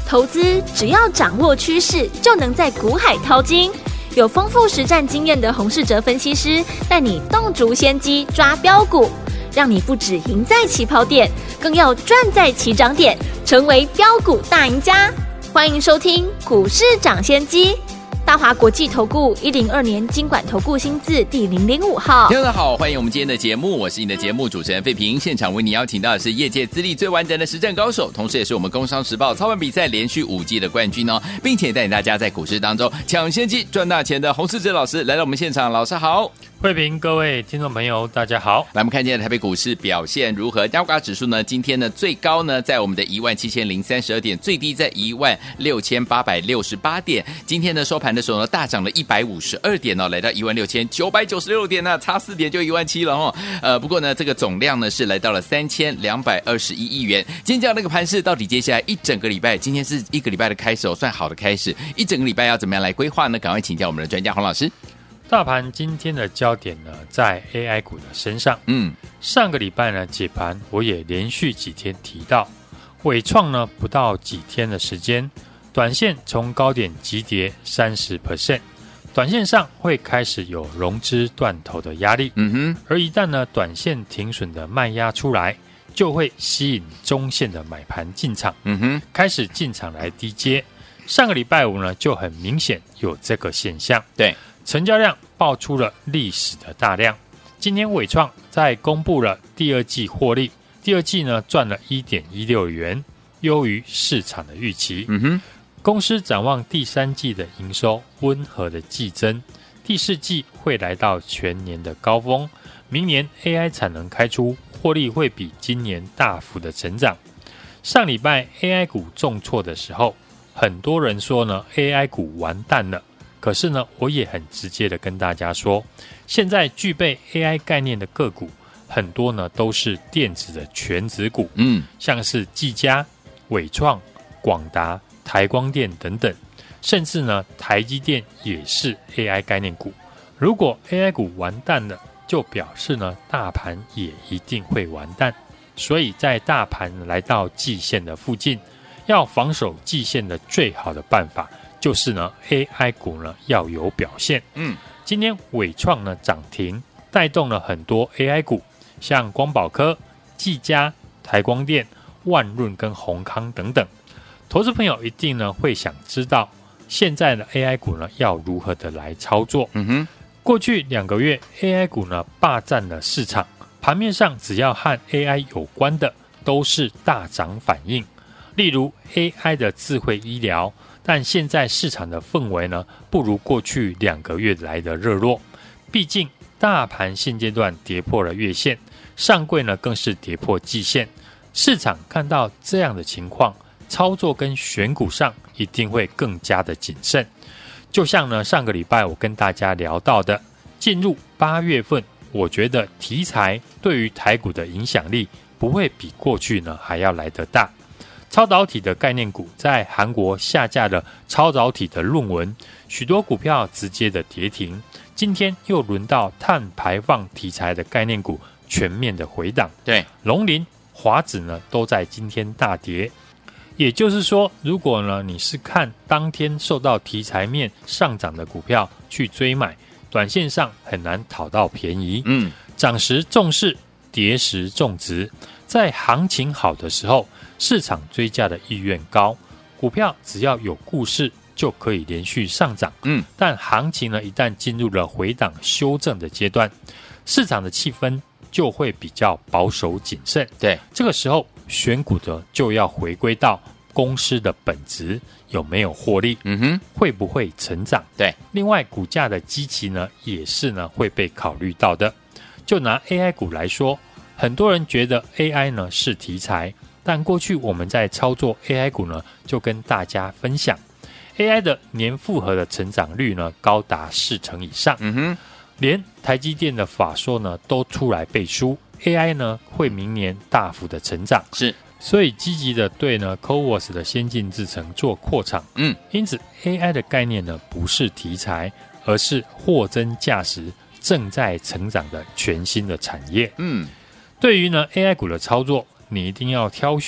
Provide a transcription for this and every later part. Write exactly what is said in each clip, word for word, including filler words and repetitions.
投资只要掌握趋势，就能在股海淘金。有丰富实战经验的洪士哲分析师带你洞烛先机抓标股，让你不只赢在起跑点，更要赚在起涨点，成为标股大赢家。欢迎收听股市涨先机，大华国际投顾一零二年金管投顾新字第零零五号。 听众大家好，欢迎我们今天的节目，我是你的节目主持人费平。现场为你邀请到的是业界资历最完整的实战高手，同时也是我们工商时报操盘比赛连续五季的冠军哦，并且带领大家在股市当中抢先机赚大钱的洪士哲老师来到我们现场。老师好。 慧平，各位听众朋友大家好。 来，我们看今天的台北股市表现如何？加权指数呢，今天呢最高呢在我们的一万七千零三十二点，最低在一万六千八百六十八点。今天呢收盘的时候呢大涨了一百五十二点哦，来到一万六千九百九十六点呢，差四点就一万七了哦。呃，不过呢这个总量呢是来到了三千两百二十一亿元。今天这样的一个盘势，到底接下来一整个礼拜，今天是一个礼拜的开始哦，算好的开始。一整个礼拜要怎么样来规划呢？赶快请教我们的专家洪老师。 大盘今天的焦点呢，在 A I 股的身上。嗯，上个礼拜呢解盘，我也连续几天提到，伟创呢不到几天的时间，短线从高点急跌 百分之三十， 短线上会开始有融资断头的压力。嗯哼，而一旦呢短线停损的卖压出来，就会吸引中线的买盘进场。嗯哼，开始进场来低接。上个礼拜五呢就很明显有这个现象。对。成交量爆出了历史的大量。今天伟创在公布了第二季获利，第二季呢赚了 一点一六元，优于市场的预期。嗯哼，公司展望第三季的营收温和的季增，第四季会来到全年的高峰。明年 A I 产能开出，获利会比今年大幅的成长。上礼拜 A I 股重挫的时候，很多人说呢 A I 股完蛋了。可是呢，我也很直接的跟大家说，现在具备 A I 概念的个股，很多呢都是电子的全指股，嗯，像是技嘉、伟创、广达、台光电等等，甚至呢台积电也是 A I 概念股。如果 A I 股完蛋了，就表示呢大盘也一定会完蛋。所以在大盘来到季线的附近，要防守季线的最好的办法。就是呢 ，A I 股呢要有表现。嗯，今天伟创呢涨停，带动了很多 A I 股，像光宝科、技嘉、台光电、万润跟宏康等等。投资朋友一定呢会想知道，现在的 A I 股呢要如何的来操作？嗯哼，过去两个月 A I 股呢霸占了市场，盘面上只要和 A I 有关的都是大涨反应，例如 A I 的智慧医疗。但现在市场的氛围呢，不如过去两个月来的热络。毕竟大盘现阶段跌破了月线，上柜呢更是跌破季线。市场看到这样的情况，操作跟选股上一定会更加的谨慎。就像呢上个礼拜我跟大家聊到的，进入八月份，我觉得题材对于台股的影响力不会比过去呢还要来得大。超导体的概念股在韩国下架了超导体的论文，许多股票直接的跌停。今天又轮到碳排放题材的概念股全面的回档，对，龙林、华指呢都在今天大跌。也就是说，如果呢你是看当天受到题材面上涨的股票去追买，短线上很难讨到便宜。嗯，涨时重视，跌时重值。在行情好的时候，市场追价的意愿高，股票只要有故事就可以连续上涨。嗯，但行情呢一旦进入了回档修正的阶段，市场的气氛就会比较保守谨慎。对，这个时候选股的就要回归到公司的本质有没有获利，嗯哼，会不会成长？对，另外股价的基期呢也是呢会被考虑到的。就拿 A I 股来说，很多人觉得 A I 呢是题材，但过去我们在操作 A I 股呢，就跟大家分享 A I 的年复合的成长率呢高达四成以上。嗯哼，连台积电的法说呢都出来背书 A I 呢会明年大幅的成长，是，所以积极的对呢 C O V A S 的先进制程做扩厂。嗯，因此 A I 的概念呢不是题材，而是货真价实正在成长的全新的产业。嗯，对于呢 A I 股的操作，你一定要挑选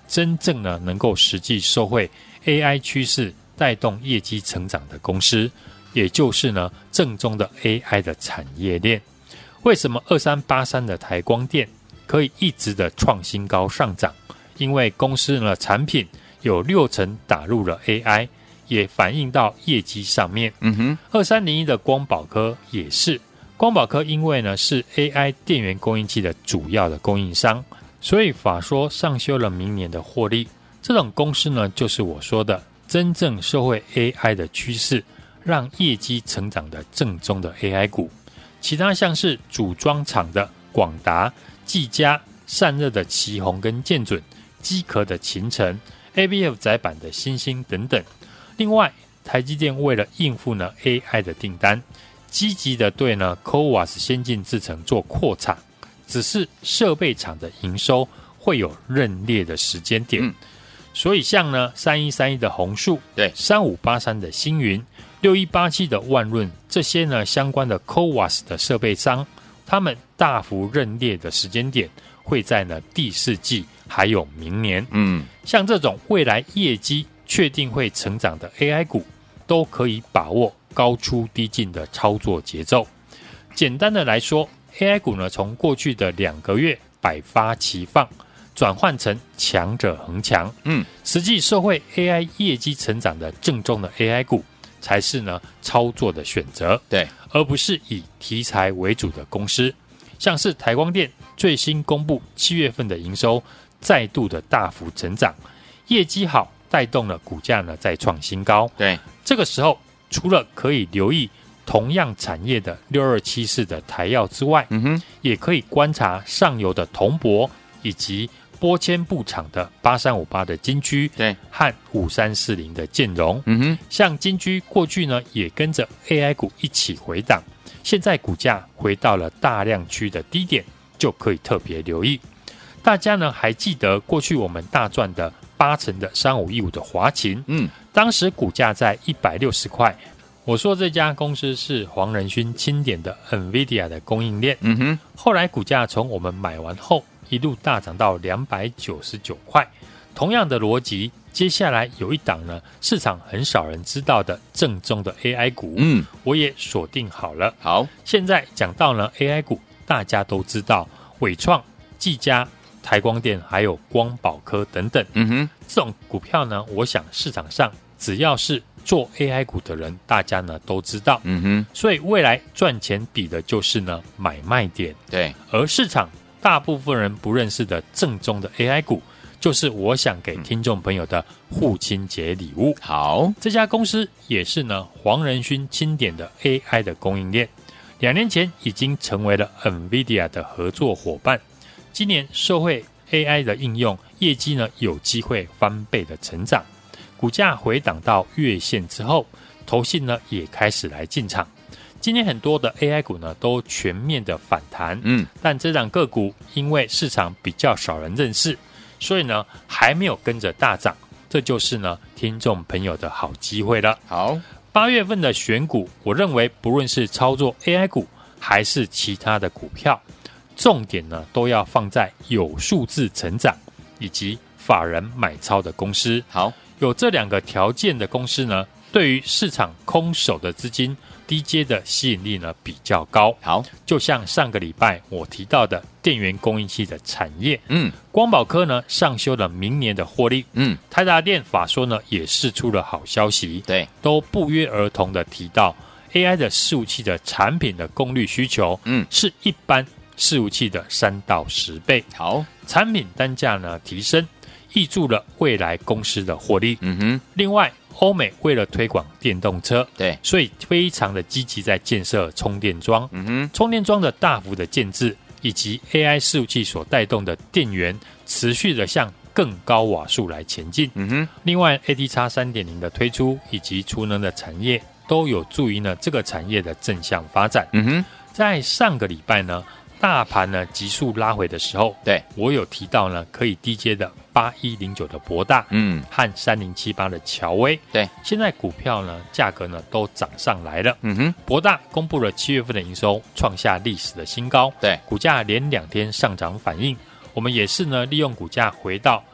真正呢能够实际受惠 A I 趋势带动业绩成长的公司，也就是呢正宗的 A I 的产业链。为什么二三八三的台光电可以一直的创新高上涨？因为公司呢产品有六成打入了 A I， 也反映到业绩上面。嗯哼，二三零一的光宝科也是，光宝科因为呢是 A I 电源供应器的主要的供应商，所以法说上修了明年的获利。这种公司呢，就是我说的真正受惠 A I 的趋势，让业绩成长的正宗的 A I 股。其他像是组装厂的广达、技嘉、散热的奇鋐跟建准、机壳的勤诚、A B F 载板的新兴等等。另外，台积电为了应付呢 A I 的订单，积极的对呢 C O V A S 先进制程做扩厂，只是设备厂的营收会有认列的时间点。嗯，所以像呢三一三一的弘塑，对，三五八三的星云，六一八七的万润，这些呢相关的 C O V A S 的设备商，他们大幅认列的时间点会在呢第四季还有明年。嗯，像这种未来业绩确定会成长的 A I 股，都可以把握高出低进的操作节奏。简单的来说， A I 股呢从过去的两个月百发齐放，转换成强者恒强。嗯，实际受惠 A I 业绩成长的正宗的 A I 股，才是呢操作的选择。对，而不是以题材为主的公司。像是台光电最新公布七月份的营收再度的大幅成长，业绩好带动了股价呢再创新高。对，这个时候除了可以留意同样产业的六二七四的台药之外，嗯哼，也可以观察上游的铜箔以及玻纤布厂的八三五八的金居，对，和五三四零的建荣。嗯哼，像金居过去呢也跟着 A I 股一起回档，现在股价回到了大量区的低点，就可以特别留意。大家呢还记得过去我们大赚的八成的三五一五的华勤，嗯，当时股价在一百六十块。我说这家公司是黄仁勋钦点的 NVIDIA 的供应链，嗯哼，后来股价从我们买完后一路大涨到两百九十九块。同样的逻辑，接下来有一档呢市场很少人知道的正宗的 A I 股，嗯，我也锁定好了。好，现在讲到呢 A I 股，大家都知道伟创、技嘉、台光电还有光宝科等等，嗯哼，这种股票呢，我想市场上只要是做 A I 股的人，大家呢都知道，嗯哼，所以未来赚钱比的就是呢买卖点。对，而市场大部分人不认识的正宗的 A I 股，就是我想给听众朋友的父亲节礼物。好，这家公司也是呢黄仁勋钦点的 A I 的供应链，两年前已经成为了 NVIDIA 的合作伙伴，今年受惠 A I 的应用，业绩呢有机会翻倍的成长。股价回档到月线之后，投信呢也开始来进场。今天很多的 A I 股呢都全面的反弹，嗯，但这档个股因为市场比较少人认识，所以呢还没有跟着大涨，这就是呢听众朋友的好机会了。好，八月份的选股，我认为不论是操作 A I 股还是其他的股票，重点呢都要放在有数字成长以及法人买超的公司。好，有这两个条件的公司呢，对于市场空手的资金低阶的吸引力呢比较高。好，就像上个礼拜我提到的电源供应器的产业，嗯，光宝科呢上修了明年的获利，嗯，台达电法说呢也释出了好消息，对，都不约而同的提到 A I 的伺服器的产品的功率需求，嗯，是一般伺服器的三到十倍。好，产品单价呢提升，挹注了未来公司的获利。嗯哼，另外，欧美为了推广电动车，对，所以非常的积极在建设充电桩。嗯哼，充电桩的大幅的建制，以及 A I 伺服器所带动的电源，持续的向更高瓦数来前进。嗯哼，另外 A D X 三点零 的推出，以及储能的产业，都有助于呢这个产业的正向发展。嗯哼，在上个礼拜呢，大盘呢急速拉回的时候，对我有提到呢，可以低阶的八一零九的博大，嗯，和三零七八的乔威，对，现在股票呢价格呢都涨上来了。嗯哼，博大公布了七月份的营收，创下历史的新高，对，股价连两天上涨反应。我们也是呢，利用股价回到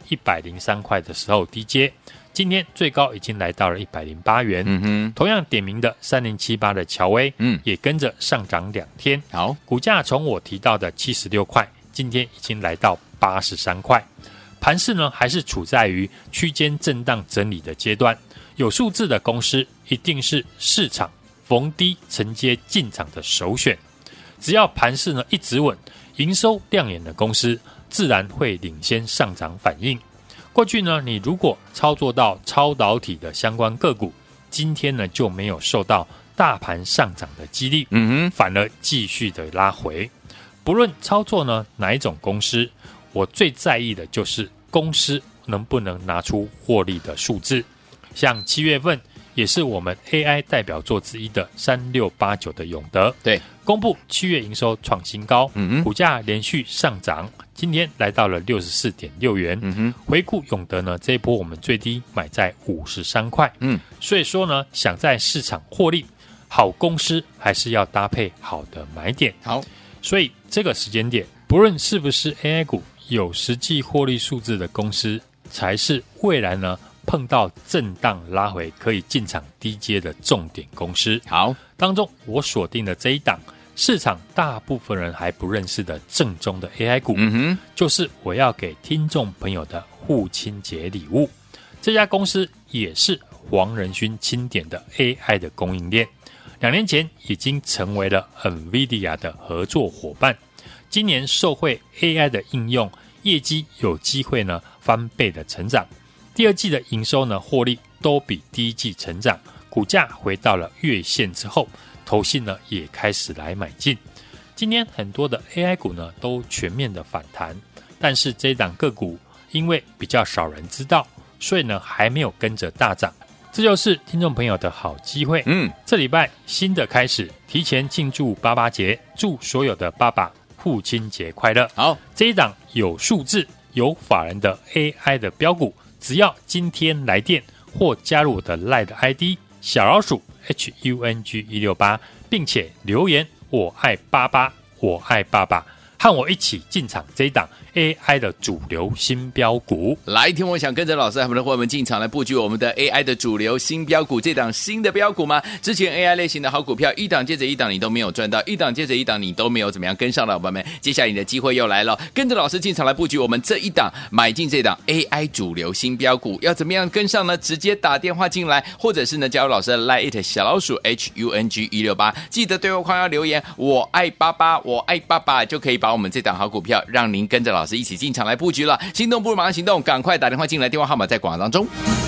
一百零三块的时候低接，今天最高已经来到了一百零八元。 嗯哼， 同样点名的三零七八的乔威，嗯，也跟着上涨两天。 好， 股价从我提到的七十六块，今天已经来到八十三块。盘势呢，还是处在于区间震荡整理的阶段。有数字的公司一定是市场逢低承接进场的首选。只要盘势呢一直稳，营收亮眼的公司自然会领先上涨反应。过去呢，你如果操作到超导体的相关个股，今天呢就没有受到大盘上涨的激励，嗯哼，反而继续的拉回。不论操作呢哪一种公司，我最在意的就是公司能不能拿出获利的数字。像七月份也是我们 A I 代表作之一的三六八九的永德， 对， 公布七月营收创新高， 嗯嗯， 股价连续上涨，今天来到了 六十四点六元。嗯哼，回顾永德呢，这一波我们最低买在五十三块，嗯，所以说呢，想在市场获利，好公司还是要搭配好的买点。 好， 所以这个时间点，不论是不是 A I 股有实际获利数字的公司，才是未来呢碰到震荡拉回可以进场低阶的重点公司。 好， 当中我锁定的这一档市场大部分人还不认识的正宗的 A I 股，嗯哼，就是我要给听众朋友的父亲节礼物。这家公司也是黄仁勋钦点的 A I 的供应链，两年前已经成为了 NVIDIA 的合作伙伴，今年受惠 A I 的应用，业绩有机会呢翻倍的成长。第二季的营收呢，获利都比第一季成长，股价回到了月线之后，投信呢也开始来买进。今天很多的 A I 股呢都全面的反弹，但是这一档个股因为比较少人知道，所以呢还没有跟着大涨。这就是听众朋友的好机会。嗯，这礼拜新的开始，提前庆祝爸爸节，祝所有的爸爸父亲节快乐。好，这一档有数字、有法人的 A I 的标股。只要今天来电或加入我的 Line 的 I D 小老鼠 H U N G 一六八， 并且留言我爱爸爸，我爱爸爸，和我一起进场这一档 A I 的主流新标股。 来，听我想跟着老师和我们的伙伴们进场来布局我们的 A I 的主流新标股，这档新的标股吗？之前 A I 类型的好股票一档接着一档你都没有赚到，一档接着一档你都没有怎么样跟上的伙伴们，接下来你的机会又来了，跟着老师进场来布局我们这一档，买进这档 A I 主流新标股，要怎么样跟上呢？直接打电话进来，或者是呢加入老师的 Line 小老鼠 H U N G 一六八， 记得对话框要留言我爱爸爸，我爱爸爸，就可以把我们这档好股票让您跟着老师一起进场来布局了。心动不如马上行动，赶快打电话进来，电话号码在广告当中。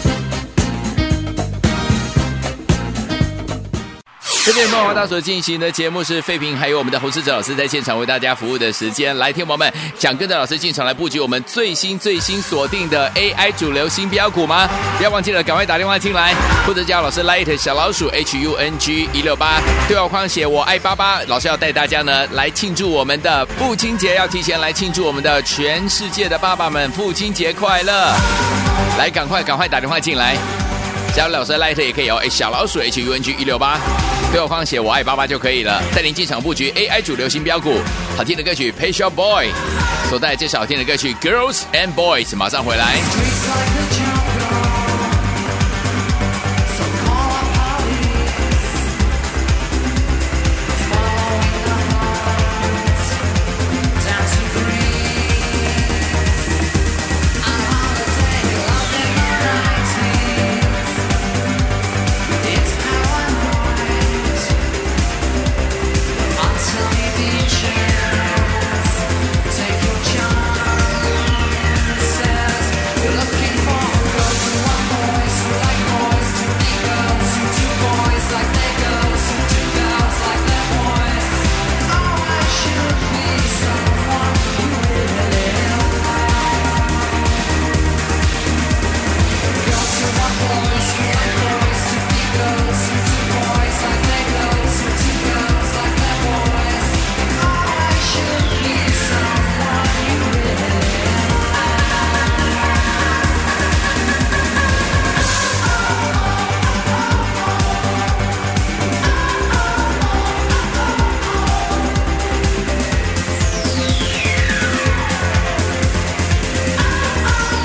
这边帮我大所进行的节目是废品，还有我们的洪世哲老师在现场为大家服务的时间。来，听众朋友们，想跟着老师进场来布局我们最新最新锁定的 A I 主流新标股吗？不要忘记了，赶快打电话进来，或者加老师 Light 小老鼠 H U N G 一六八， 对话框写我爱爸爸。老师要带大家呢来庆祝我们的父亲节，要提前来庆祝我们的全世界的爸爸们父亲节快乐！来，赶快赶快打电话进来。加入老师的 Light 也可以哦，小老鼠 H U N G 一六八， 对话框写我爱爸爸就可以了，带您进场布局 A I 主流新标股。好听的歌曲 Pet Shop Boy 所带来这首好听的歌曲 Girls and Boys， 马上回来。 Looking for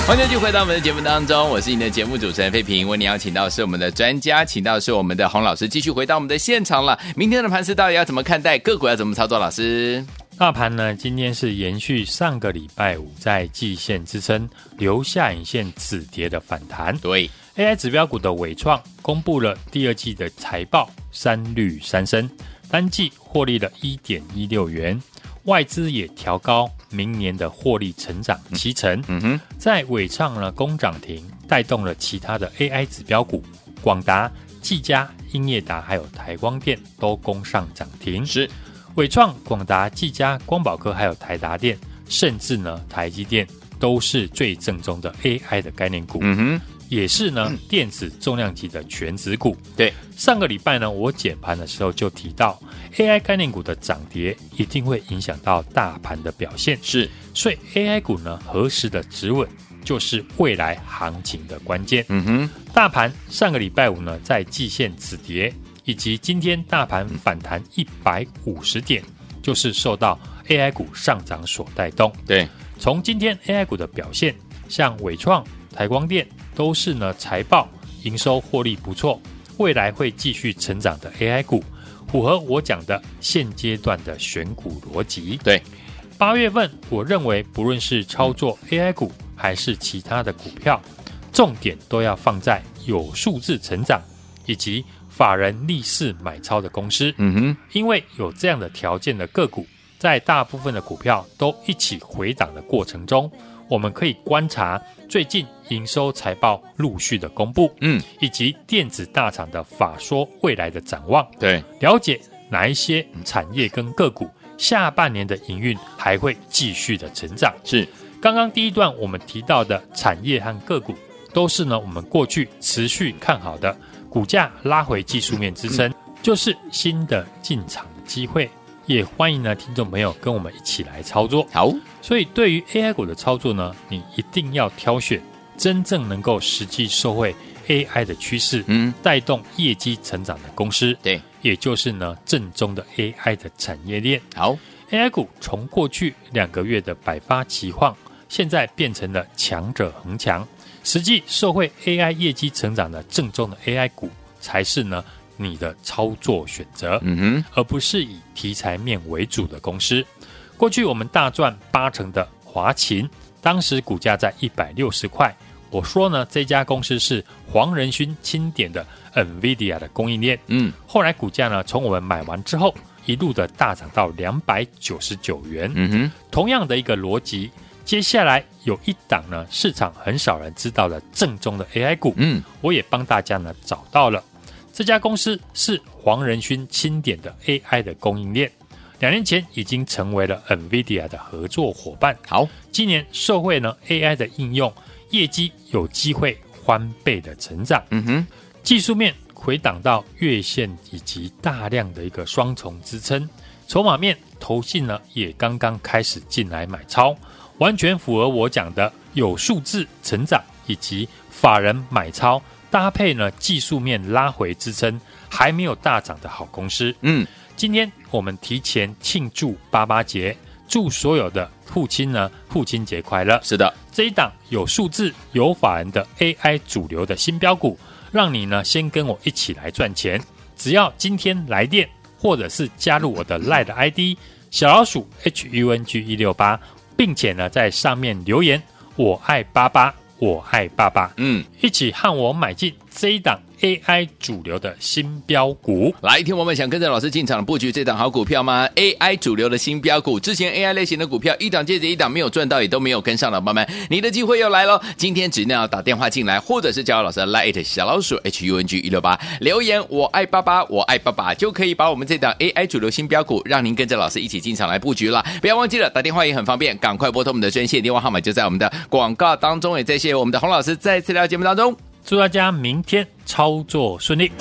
欢迎继续回到我们的节目当中，我是你的节目主持人费平，为你邀请到的是我们的专家，请到的是我们的洪老师，继续回到我们的现场了。明天的盘势到底要怎么看待，个股要怎么操作？老师， 大盘呢，今天是延续上个礼拜五在季线支撑留下影线止跌的反弹。 对 ，A I 指标股的伟创公布了第二季的财报，三绿三升，单季获利了 一点一六元。外资也调高明年的获利成长七成，嗯哼，在伟创呢攻涨停，带动了其他的 A I 指标股，广达、技嘉、英业达还有台光电都攻上涨停。 是， 伟创、广达、技嘉、光宝科还有台达电，甚至呢台积电都是最正宗的 A I 的概念股。嗯哼。也是呢，电子重量级的全指股。 对， 上个礼拜呢，我解盘的时候就提到 ，A I 概念股的涨跌一定会影响到大盘的表现。 是， 所以 A I 股呢，何时的止稳，就是未来行情的关键。嗯哼，大盘上个礼拜五呢，在季线止跌，以及今天大盘反弹一百五十点，就是受到 A I 股上涨所带动。 对， 从今天 A I 股的表现，像伟创、台光电。都是呢财报营收获利不错，未来会继续成长的 A I 股，符合我讲的现阶段的选股逻辑。 对， 八月份我认为不论是操作 A I 股还是其他的股票，重点都要放在有数字成长以及法人逆势买超的公司。嗯哼，因为有这样的条件的个股，在大部分的股票都一起回档的过程中，我们可以观察最近营收财报陆续的公布，嗯，以及电子大厂的法说未来的展望， 对， 了解哪一些产业跟个股下半年的营运还会继续的成长。 是， 刚刚第一段我们提到的产业和个股，都是呢我们过去持续看好的，股价拉回技术面支撑，嗯、就是新的进场的机会。也欢迎呢听众朋友跟我们一起来操作。 好， 所以对于 A I 股的操作呢，你一定要挑选真正能够实际受惠 A I 的趋势，嗯，带动业绩成长的公司。 对， 也就是呢正宗的 A I 的产业链。 好 ，A I 股从过去两个月的百花齐放，现在变成了强者恒强，实际受惠 A I 业绩成长的正宗的 A I 股，才是呢你的操作选择，嗯哼，而不是以题材面为主的公司。过去我们大赚八成的华勤，当时股价在一百六十块，我说呢这家公司是黄仁勋钦点的 NVIDIA 的供应链，嗯，后来股价呢从我们买完之后一路的大涨到两百九十九元，嗯哼，同样的一个逻辑，接下来有一档呢市场很少人知道的正宗的 A I 股，嗯，我也帮大家呢找到了。这家公司是黄仁勋钦点的 A I 的供应链，两年前已经成为了 NVIDIA 的合作伙伴。好，今年受惠呢 A I 的应用，业绩有机会翻倍的成长。嗯哼，技术面回档到月线以及大量的一个双重支撑，筹码面投信呢也刚刚开始进来买超，完全符合我讲的有数字成长以及法人买超。搭配呢技术面拉回支撑，还没有大涨的好公司。嗯，今天我们提前庆祝八八节，祝所有的父亲呢父亲节快乐。 是的， 这一档有数字有法人的 A I 主流的新标股，让你呢先跟我一起来赚钱。只要今天来电，或者是加入我的 LINE 的 I D 小老鼠 H U N G 一六八，并且呢在上面留言我爱八八。我爱爸爸，嗯，一起和我买进这一档 A I 主流的新标股。 来，听我们想跟着老师进场布局这档好股票吗 ？A I 主流的新标股，之前 A I 类型的股票一档接着一档没有赚到，也都没有跟上的宝宝们，你的机会又来了。今天只要打电话进来，或者是加入老师的 Line 小老鼠 H U N G 一六八留言我爱爸爸，我爱爸爸，就可以把我们这档 A I 主流新标股，让您跟着老师一起进场来布局了。不要忘记了，打电话也很方便，赶快拨通我们的专线电话号码，就在我们的广告当中。也再谢谢我们的洪老师再次来到节目当中。 祝大家明天操作顺利。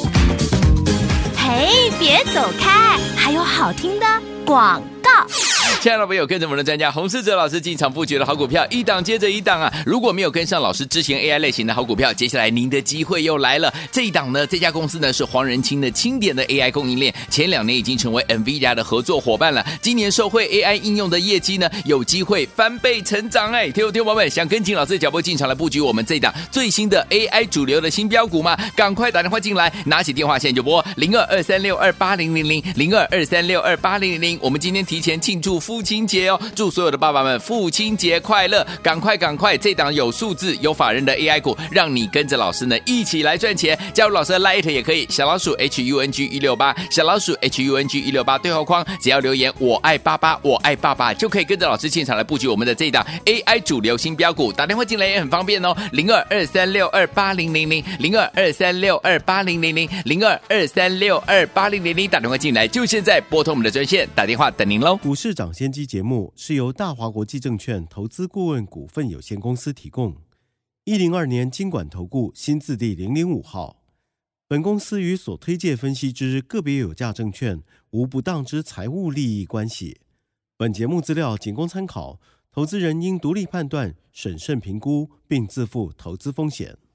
嘿，别走开，还有好听的广告。 亲爱的朋友，跟着我们的专家洪士哲老师进场布局的好股票，一档接着一档啊！如果没有跟上老师之前 A I 类型的好股票，接下来您的机会又来了。这一档呢，这家公司呢是黄仁勋的钦点的 A I 供应链，前两年已经成为 NVIDIA 的合作伙伴了。今年受惠 A I 应用的业绩呢，有机会翻倍成长哎！听众听众们，想跟紧老师的脚步进场来布局我们这一档最新的 A I 主流的新标股吗？赶快打电话进来，拿起电话线就拨零二二三六二八零零零零二二三六二八零零零。我们今天提前庆祝父亲节哦，祝所有的爸爸们父亲节快乐！赶快赶快，这档有数字有法人的 A I 股，让你跟着老师呢一起来赚钱。加入老师的 Lite 也可以，小老鼠 H U N G 一六八，小老鼠 H U N G 一六八对话框，只要留言我爱爸爸，我爱爸爸，就可以跟着老师进场来布局我们的这一档 A I 主流新标股。打电话进来也很方便哦，零二二三六二八零零零零二二三六二八零零零零二二三六二八零零零，打电话进来就现在拨通我们的专线，打电话等您喽。 股市涨先机节目是由大华国际证券投资顾问股份有限公司提供，一零二年金管投顾新字第零零五号。本公司与所推介分析之个别有价证券无不当之财务利益关系。本节目资料仅供参考，投资人应独立判断、审慎评估，并自负投资风险。